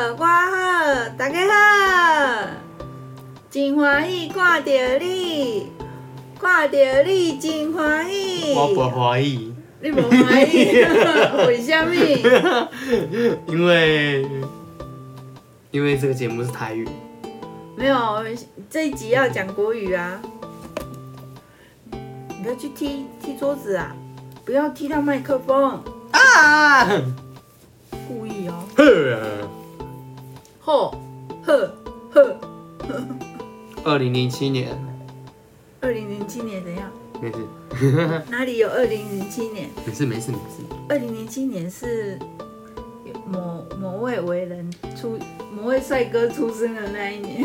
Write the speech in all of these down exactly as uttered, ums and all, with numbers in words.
我好，大家好，真欢喜看到你，看到你真欢喜。 我不欢喜。 你不欢喜？为什么？ 因为因为这个节目是台语。 没有，这一集要讲国语啊！你不要去踢踢桌子啊！不要踢到麦克风啊！ 故意哦。 呵， 吼呵呵。 二零零七年。 二零零七年怎样？ 没事。 哪里有二零零七年？ 没事没事没事。 二零零七年是某某位伟人出，某位帅哥出生的那一年。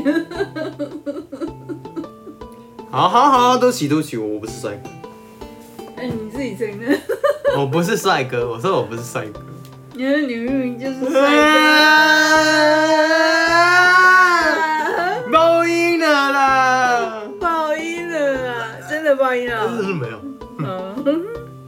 好好好，对不起对不起，我不是帅哥。 哎，你自己承认。 我不是帅哥，我说我不是帅哥。 因为你明明就是帅哥。 报应了啦！ 报应了啦！真的报应了。 真是没有。 嗯。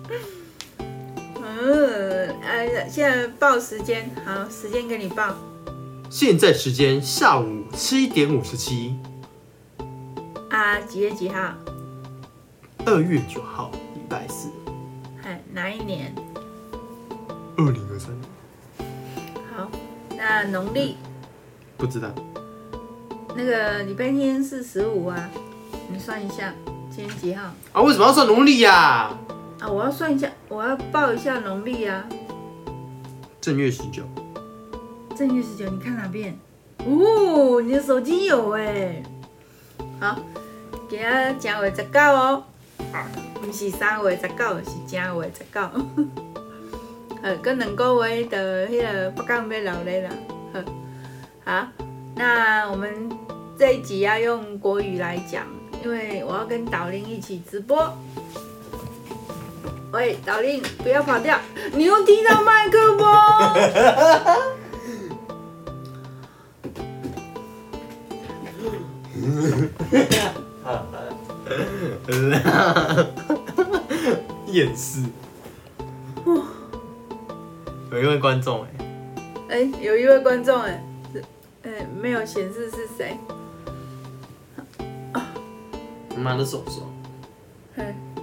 嗯，哎，现在报时间，好，时间给你报。 现在时间下午七点五十七。 啊，几月几号？ 二月九号，礼拜四。 哎，哪一年？ 二零二三年。 好，那农历？ 不知道。 那个礼拜天是十五啊，你算一下，今天几号？ 啊，为什么要算农历呀？ 啊，我要算一下，我要报一下农历啊。 正月十九。 正月十九，你看哪边？哦，你的手机有哎。好，今仔正月十九哦，不是三月十九，是正月十九。呃，跟两个月的迄个北港要留咧啦。好，那我们这一集要用国语来讲，因为我要跟导林一起直播。喂，导林，不要跑掉，你又踢到麦克风。 掩饰。有一位观众哎、 欸，哎、欸，有一位观众哎、欸，哎、欸，没有显示是谁。 妈的手手。 嘿，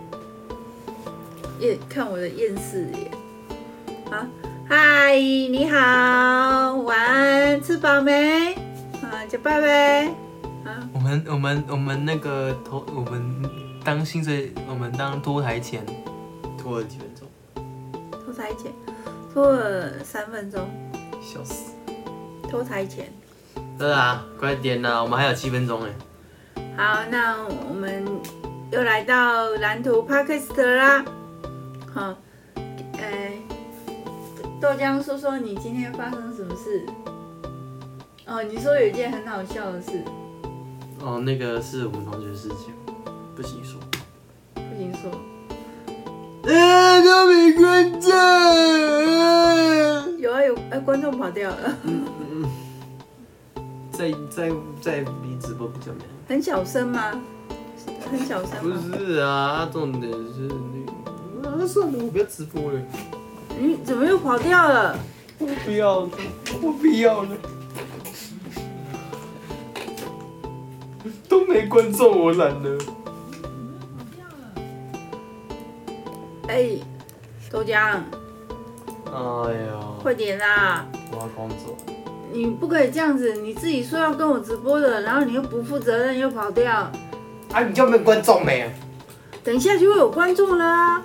厌看我的厌世脸。好，嗨，你好，晚安，吃饱没？啊，吃饱没？啊， 我们我们我们那个拖，我们当薪水，我们当拖台前拖了几分钟？ 拖台前拖了三分钟。 笑死！ 拖台前。 对啊，快点啦，我们还有七分钟哎。 好，那我们又来到蓝图 Podcast 啦。好，哎，豆浆说说你今天发生什么事？哦，你说有一件很好笑的事。 哦，那个是我们同学的事情，不行说。 不行说。 呃，都没观众。 有啊有，哎，观众跑掉了。 嗯嗯。在在在离直播比较远。 很小声吗？很小声吗？ 不是啊，重点是那……啊，算了，我不要直播了。 你怎么又跑掉了？ 我不要了，我不要了。都没观众，我懒了。 哎、欸，豆浆。 哎呀！ 快点啦！ 我要工作。 你不可以这样子，你自己说要跟我直播的，然后你又不负责任又跑掉。 啊，你就没观众没？ 等一下就会有观众了啊！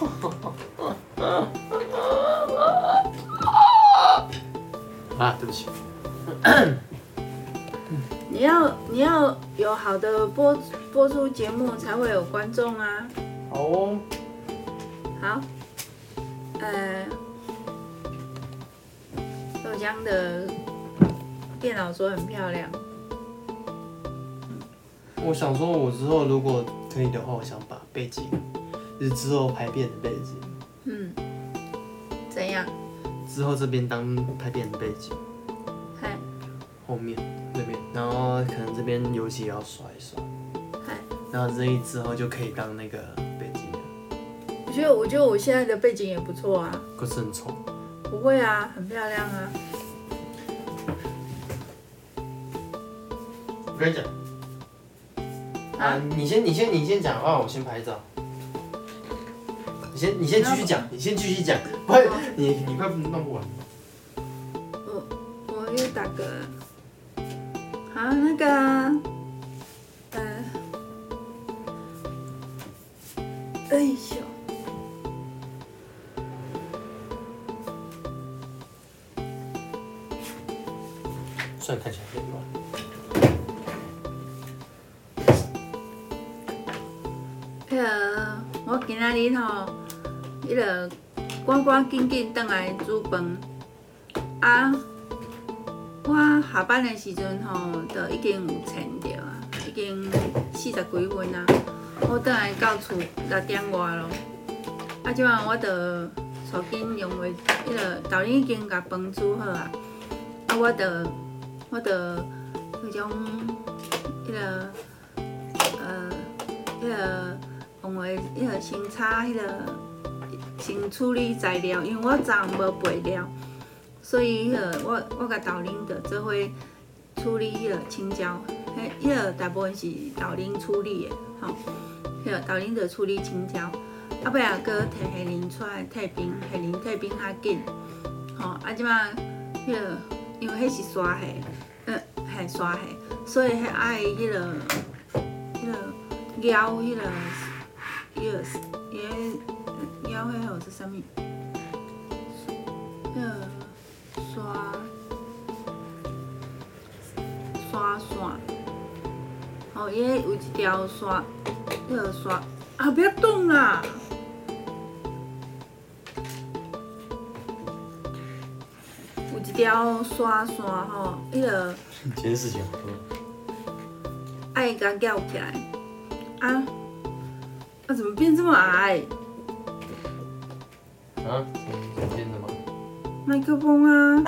啊，对不起。 你要你要有好的播播出节目才会有观众啊。 好哦。 好。呃，豆浆的电脑桌很漂亮。 我想说，我之后如果可以的话，我想把背景，就是之后拍片的背景。 嗯。怎样？ 之后这边当拍片的背景。 嗨。 后面这边，然后可能这边油漆也要刷一刷。 嗨。 然后这一之后就可以当那个背景了。 我觉得，我觉得我现在的背景也不错啊。 可是很丑。 不会啊，很漂亮啊。 不要讲。啊，你先，你先，你先讲啊，我先拍照。你先，你先继续讲，你先继续讲，不然你你快弄不完。 我我又打嗝。好，那个，呃，哎呦， 算看起来有点乱。 迄个我今仔日吼，迄个赶赶紧紧转来煮饭，啊，我下班的时阵吼，就已经有醒着啊，已经四十几分啊。我转来到厝六点外咯，啊，即摆我就手紧用话，迄个豆奶已经甲饭煮好啊，啊，我就我就迄种迄个呃迄个。用话，迄个先炒迄个先处理材料，因为我昨昏无备料，所以迄个我我甲豆奶就做伙处理迄个青椒，迄迄个大部分是豆奶处理的，吼，迄个豆奶就处理青椒，啊尾啊搁摕虾仁出来退冰，虾仁退冰较紧，吼，啊即摆迄个因为迄是沙蟹，呃，系沙蟹，所以迄爱迄个迄个舀迄个。迄个伊个舀迄号是啥物？迄个刷刷线，吼，伊有一条刷，迄个刷啊，不要动啦！有一条刷线吼，迄个。 今天事情好多。 爱甲舀起来，啊。啊，怎么变这么矮？ 啊？怎么变的吗？ 麦克风啊！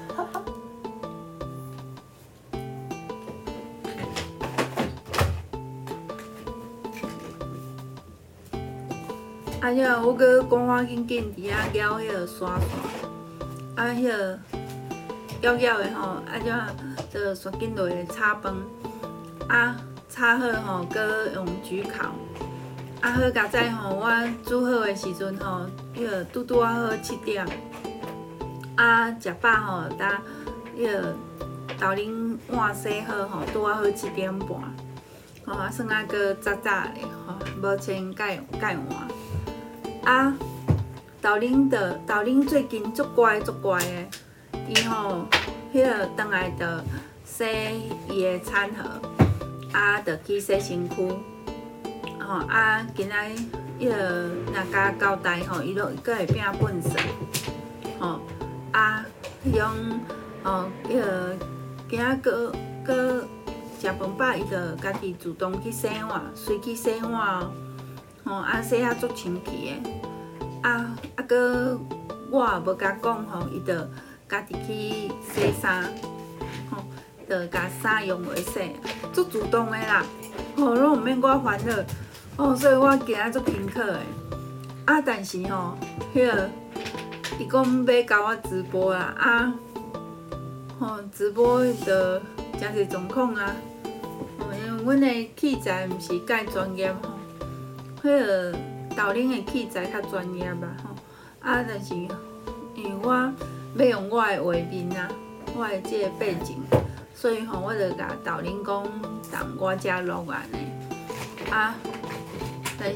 啊，遐我搁赶赶紧紧伫遐舀迄个刷刷，啊，迄个舀舀的吼，啊，就就刷紧落来炒饭，啊，炒好吼，搁用焗烤。啊好，佳哉吼，我煮好的时阵吼，迄个拄拄啊好七点，啊食饱吼，当迄个豆奶碗洗好吼，拄啊好七点半，吼啊算啊搁早早的吼，无先盖盖碗。啊，豆奶的豆奶最近足乖足乖的，伊吼迄个倒来就洗伊的餐盒，啊就去洗身躯。吼啊，今仔迄个若加交代吼，伊都佫会变粪扫，吼啊，迄种吼迄个今仔佫佫食饭饱，伊就家己主动去洗碗，随去洗碗哦，吼啊洗啊足清气的，啊啊佫我也无甲讲吼，伊就家己去洗衫，吼，就甲衫用袂洗，足主动的啦，吼拢毋免我烦恼。哦，所以我今仔足轻巧的，啊，但是吼，迄个伊讲要甲我直播啦，啊，吼，直播就真侪状况啊，吼，因为阮的器材毋是介专业吼，迄个豆奶的器材较专业吧吼，啊，但是因为我要用我的画面啊，我的即个背景，所以吼，我就甲豆奶讲，当我遮录安尼，啊。但是，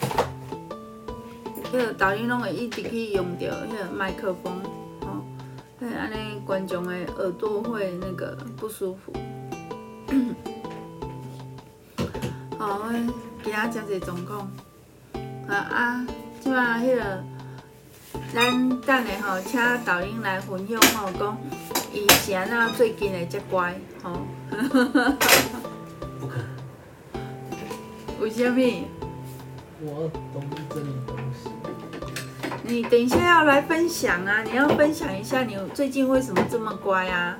迄个豆奶拢会一直去用到迄个麦克风，吼，嘿，安尼观众的耳朵会那个不舒服。好，我今仔真侪状况，啊啊，即摆迄个，咱等下吼，请豆奶来分享吼，讲伊是安怎最近会遮乖，吼。 不可能。 为什么？ 我懂这里东西。 你等一下要来分享啊！你要分享一下你最近为什么这么乖啊？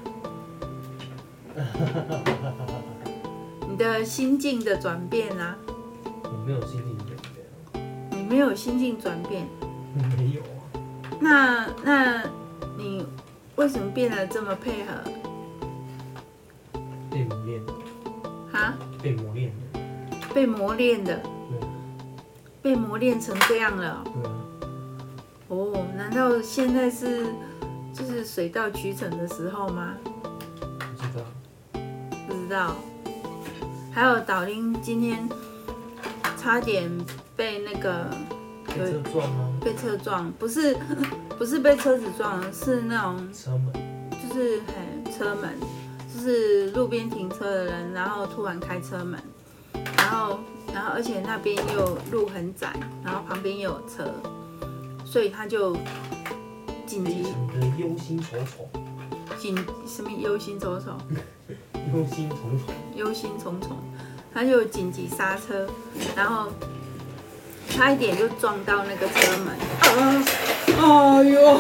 你的心境的转变啊？ 我没有心境转变。 你没有心境转变？ 没有啊。 那那你为什么变得这么配合？ 练不练？ 啊？ 被磨练的。 被磨练的。 对。 被磨练成这样了。 对啊。 哦，难道现在是就是水到渠成的时候吗？ 不知道。 不知道。还有导林今天差点被那个被车撞吗？ 被车撞，不是不是被车子撞，是那种车门， 就是嘿车门，就是路边停车的人，然后突然开车门，然后然后而且那边又路很窄，然后旁边又有车，所以他就紧急非常的忧心忡忡。 紧什么忧心忡忡？ 忧心忡忡。 忧心忡忡，他就紧急刹车，然后差一点就撞到那个车门。啊！哎呦！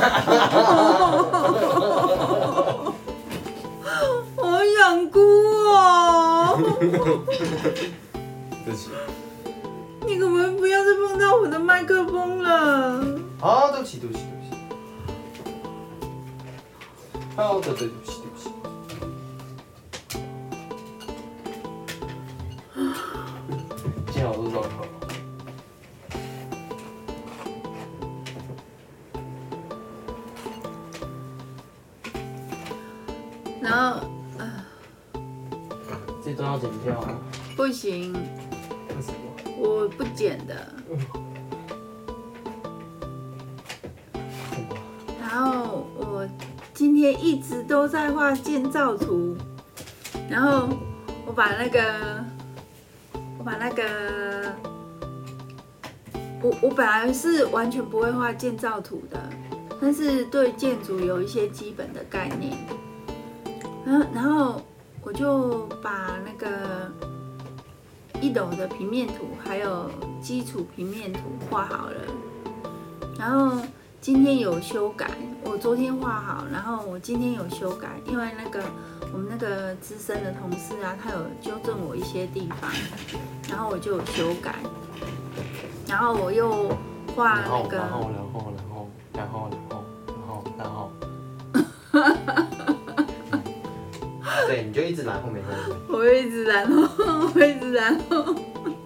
好想哭哦！ 对不起。 你可不可以不要再碰到我的麦克风了？ 啊，对不起，对不起，对不起。好的，对不起，对不起。幸好都绕跑。 然后，呃， 这段要剪掉吗？ 不行， 为什么？ 我不剪的。然后我今天一直都在画建造图，然后我把那个，我把那个，我我本来是完全不会画建造图的，但是对建筑有一些基本的概念。然后，然后我就把那个一楼的平面图还有基础平面图画好了，然后今天有修改，我昨天画好，然后我今天有修改，因为那个我们那个资深的同事啊，他有纠正我一些地方，然后我就有修改，然后我又画那个， 然后然后然后然后然后然后然后然后。对，你就一直然后没关系。 我会一直然后，我会一直然后。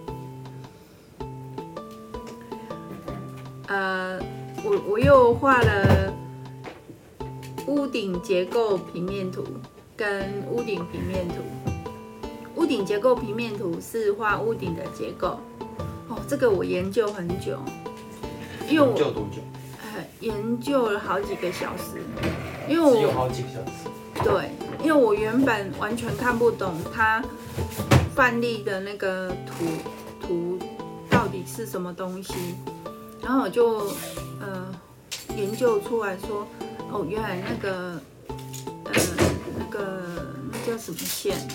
呃，我我又画了屋顶结构平面图跟屋顶平面图。屋顶结构平面图是画屋顶的结构。哦，这个我研究很久，因为我研究多久？ 呃，研究了好几个小时，因为我只有好几个小时。 对，因为我原本完全看不懂它范例的那个图图到底是什么东西，然后我就呃研究出来说，哦，原来那个呃那个那叫什么线啊？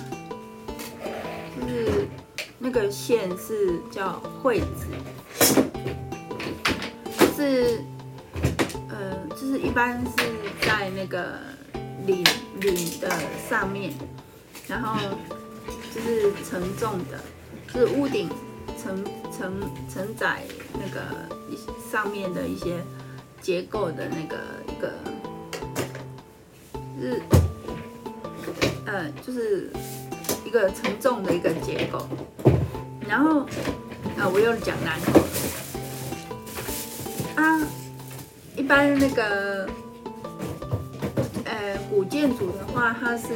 就是那个线是叫惠子，就是呃就是一般是在那个领领的上面，然后就是承重的，就是屋顶承承承载那个上面的一些结构的那个一个，就是呃就是一个承重的一个结构，然后啊我又讲难口了啊，一般那个。呃，古建筑的话，它是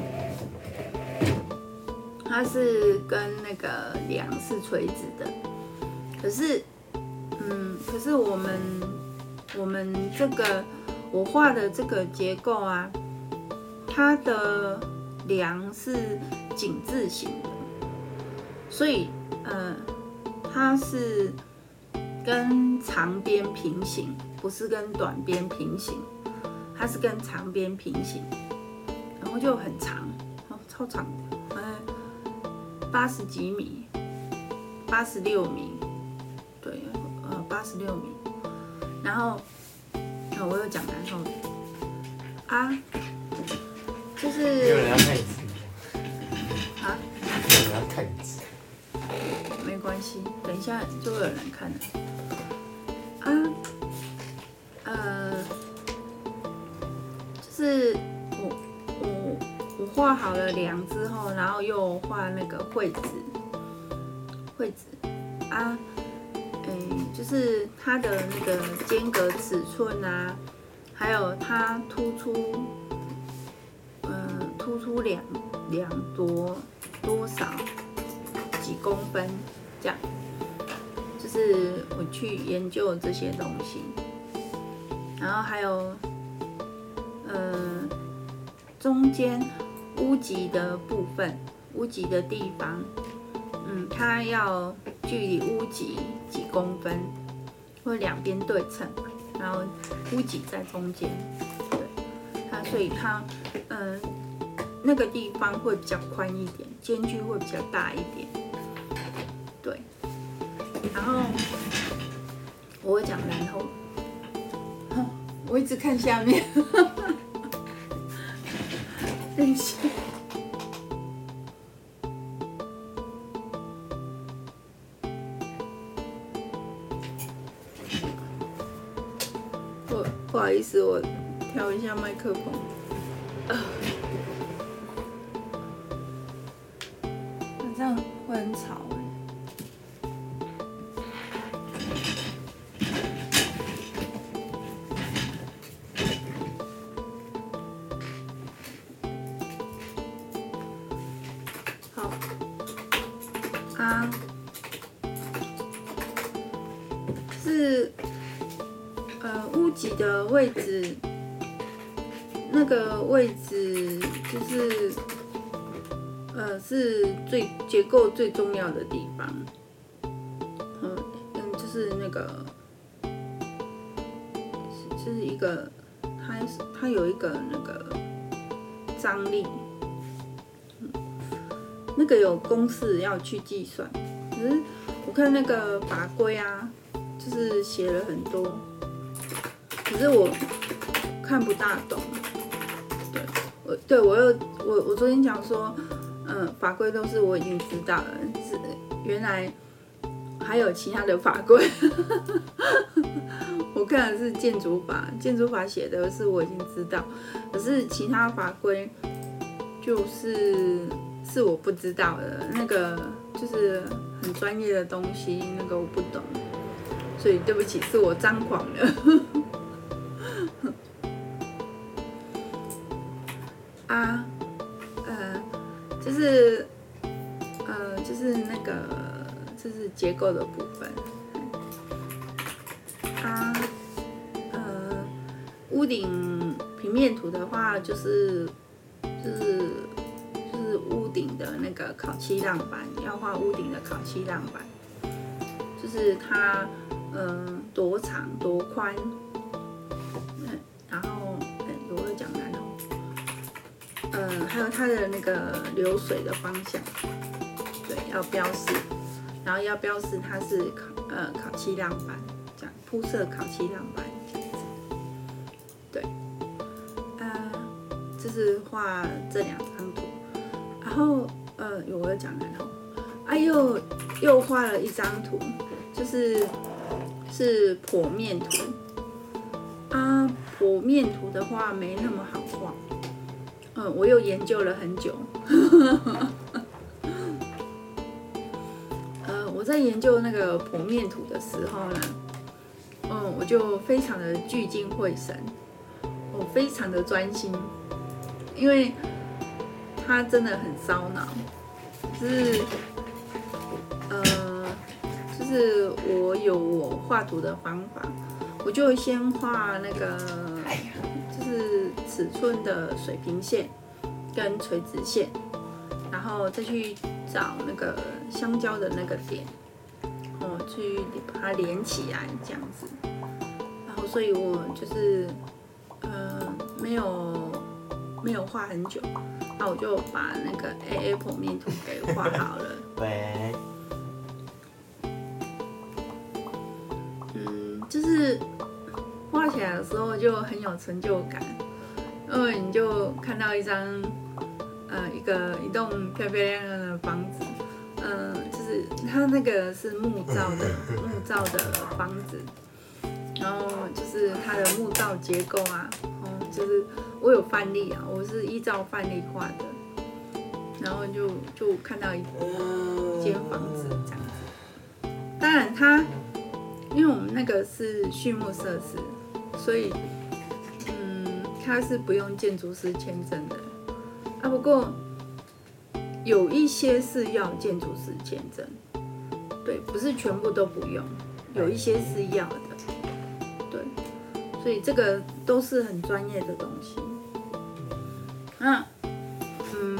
它是跟那个梁是垂直的，可是，嗯，可是我们我们这个我画的这个结构啊，它的梁是井字形的，所以，呃，它是跟长边平行，不是跟短边平行。它是跟长边平行，然后就很长，哦，超长的，呃，八十几米，八十六米，对，呃，八十六米。然后，呃、我有讲然后啊，就是没有人要看椅子啊， 没有人要看椅子， 没关系，等一下就会有人看了啊，呃。是我我我画好了梁之后，然后又画那个绘纸，绘纸啊，诶，就是它的那个间隔尺寸啊，还有它突出，嗯、呃，突出两两多多少几公分这样，就是我去研究这些东西，然后还有，呃，中间屋脊的部分，屋脊的地方，嗯，它要距离屋脊几公分，或两边对称，然后屋脊在中间，对，它所以它，嗯、呃，那个地方会比较宽一点，间距会比较大一点，对，然后我会讲然后，我一直看下面，等一下。不不好意思，我调一下麦克风。啊，这样会很吵哎。好啊，是。呃，屋脊的位置，那个位置就是，呃，是最结构最重要的地方。嗯嗯，就是那个，就是一个，它它有一个那个张力，嗯，那个有公式要去计算。可是我看那个法规啊，就是写了很多。可是我看不大懂，对我对我又我我昨天讲说，嗯，法规都是我已经知道了，是原来还有其他的法规，我看的是建筑法，建筑法写的是我已经知道，可是其他法规就是是我不知道的，那个就是很专业的东西，那个我不懂，所以对不起，是我张狂了。啊，呃，就是呃，就是那个，就是结构的部分。啊，呃，屋顶平面图的话，就是就是就是屋顶的那个烤漆浪板，要画屋顶的烤漆浪板，就是它嗯、呃、多长多宽，嗯，然后哎，我会讲难哦。呃，还有它的那个流水的方向，对，要标示，然后要标示它是烤呃烤漆浪板，这样铺设烤漆浪板这样子，对，呃，就是画这两张图，然后呃，有我有讲然后，啊又又画了一张图，就是是剖面图，啊，剖面图的话没那么好画。嗯，我又研究了很久。呃，我在研究那个剖面图的时候呢，嗯，我就非常的聚精会神，我非常的专心，因为它真的很烧脑。就是呃，就是我有我画图的方法，我就先画那个。就是尺寸的水平线跟垂直线，然后再去找那个相交的那个点，哦，去把它连起来这样子。然后，所以我就是呃没有没有画很久，那我就把那个 A A 剖面图给画好了。 喂。 嗯，就是画起来的时候就很有成就感，因为你就看到一张，呃，一个一栋漂漂亮亮的房子，嗯、呃，就是它那个是木造的木造的房子，然后就是它的木造结构啊，哦， 就是我有范例啊，我是依照范例画的，然后就就看到一间房子这样子。当然它，因为我们那个是畜牧设施，所以嗯，它是不用建筑师签证的啊。不过有一些是要建筑师签证，对，不是全部都不用，有一些是要的，对，所以这个都是很专业的东西。那嗯，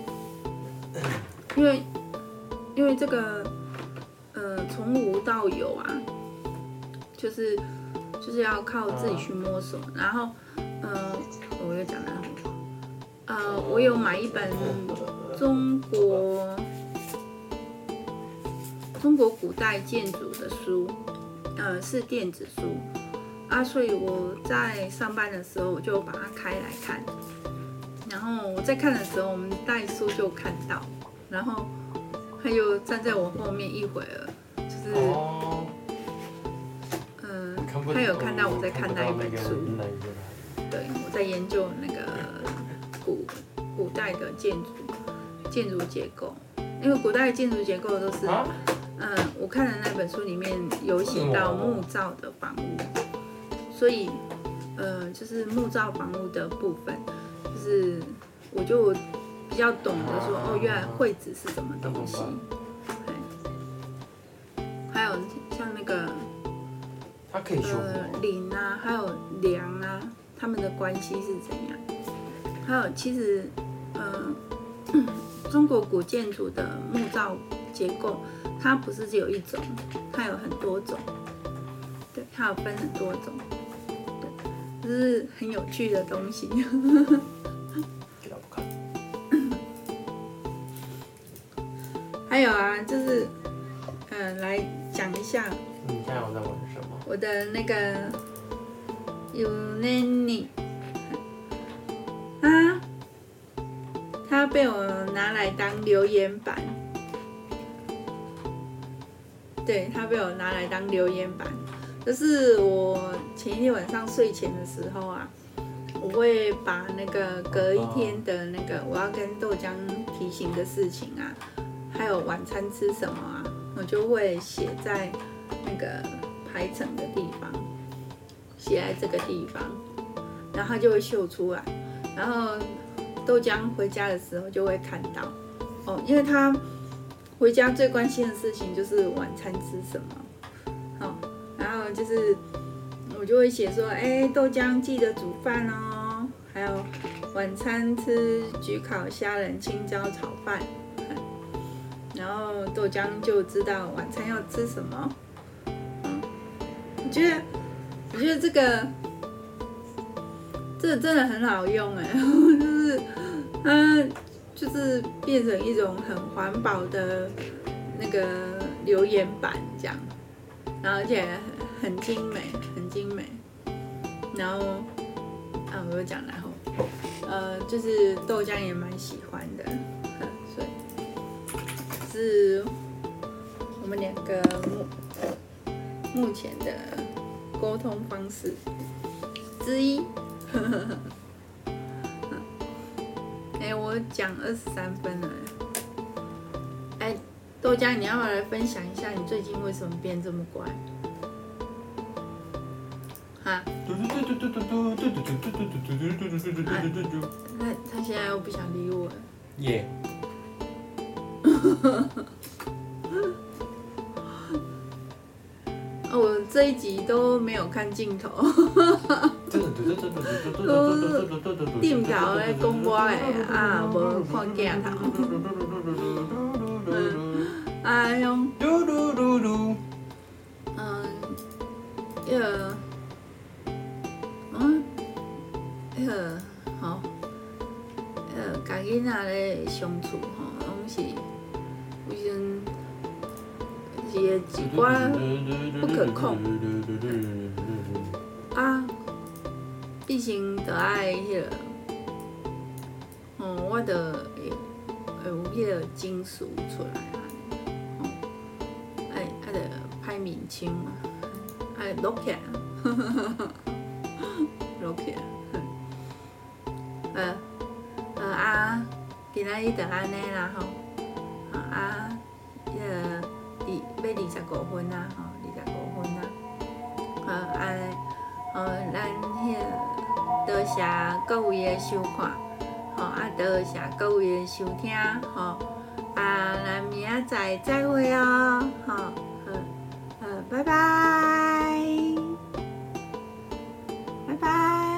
因为因为这个呃从无到有啊，就是就是要靠自己去摸索，然后呃我又讲了，呃我有买一本中国中国古代建筑的书，呃是电子书啊，所以我在上班的时候我就把它开来看，然后我在看的时候，我们带书就看到，然后他就站在我后面一会儿，就是，嗯、呃，他有看到我在看那一本书，对，我在研究那个古古代的建筑建筑结构，因为古代的建筑结构都是，嗯、呃，我看的那本书里面有写到木造的房屋，所以，呃，就是木造房屋的部分。就是我就比较懂得说，哦，原来绘纸是什么东西，还有像那个， 它可以修呃陵啊，还有梁啊，他们的关系是怎样？还有其实，呃，中国古建筑的木造结构，它不是只有一种，它有很多种，对，它有分很多种，对，这是很有趣的东西。还有啊，就是，嗯、呃，来讲一下。 你现在有在玩什么？ 我的那个 Unani 啊，它被我拿来当留言板。对，它被我拿来当留言板。就是我前一天晚上睡前的时候啊，我会把那个隔一天的那个我要跟豆浆提醒的事情啊。还有晚餐吃什么啊，我就会写在那个排程的地方，写在这个地方，然后它就会秀出来，然后豆浆回家的时候就会看到，哦，因为他回家最关心的事情就是晚餐吃什么，好、哦，然后就是我就会写说，哎，豆浆记得煮饭哦，还有晚餐吃焗烤虾仁青椒炒饭。然后豆浆就知道晚餐要吃什么。嗯，我觉得，我觉得这个，这个真的很好用哎，就是它就是变成一种很环保的那个留言板这样，然后而且很精美，很精美。然后啊，我又讲然后，呃，就是豆浆也蛮喜欢的。是我们两个目目前的沟通方式之一。哎、欸，我讲二十三分了。哎、欸，豆浆，你要不要来分享一下你最近为什么变这么乖？哈？他他现在又不想理我了。 耶。 哦，我这一集都没有看镜头，镜头咧讲我的啊，无看镜头。嗯，啊，用，嗯，迄个，嗯，迄个，吼，迄个，甲囡仔咧相处吼，拢是。有时阵是一寡不可控啊，毕竟就爱迄个，哦，我就会会有迄个情绪出来啊，哦，爱爱着歹面腔啊，爱落起来，落起来， 呃呃啊，今仔日就安尼啦吼，啊，迄个二要二十五分啊吼，二十五分啊，呃啊，吼咱迄个多谢各位的收看，吼啊多谢各位的收听，吼啊咱明仔载再会哦，吼，好，好，拜拜，拜拜。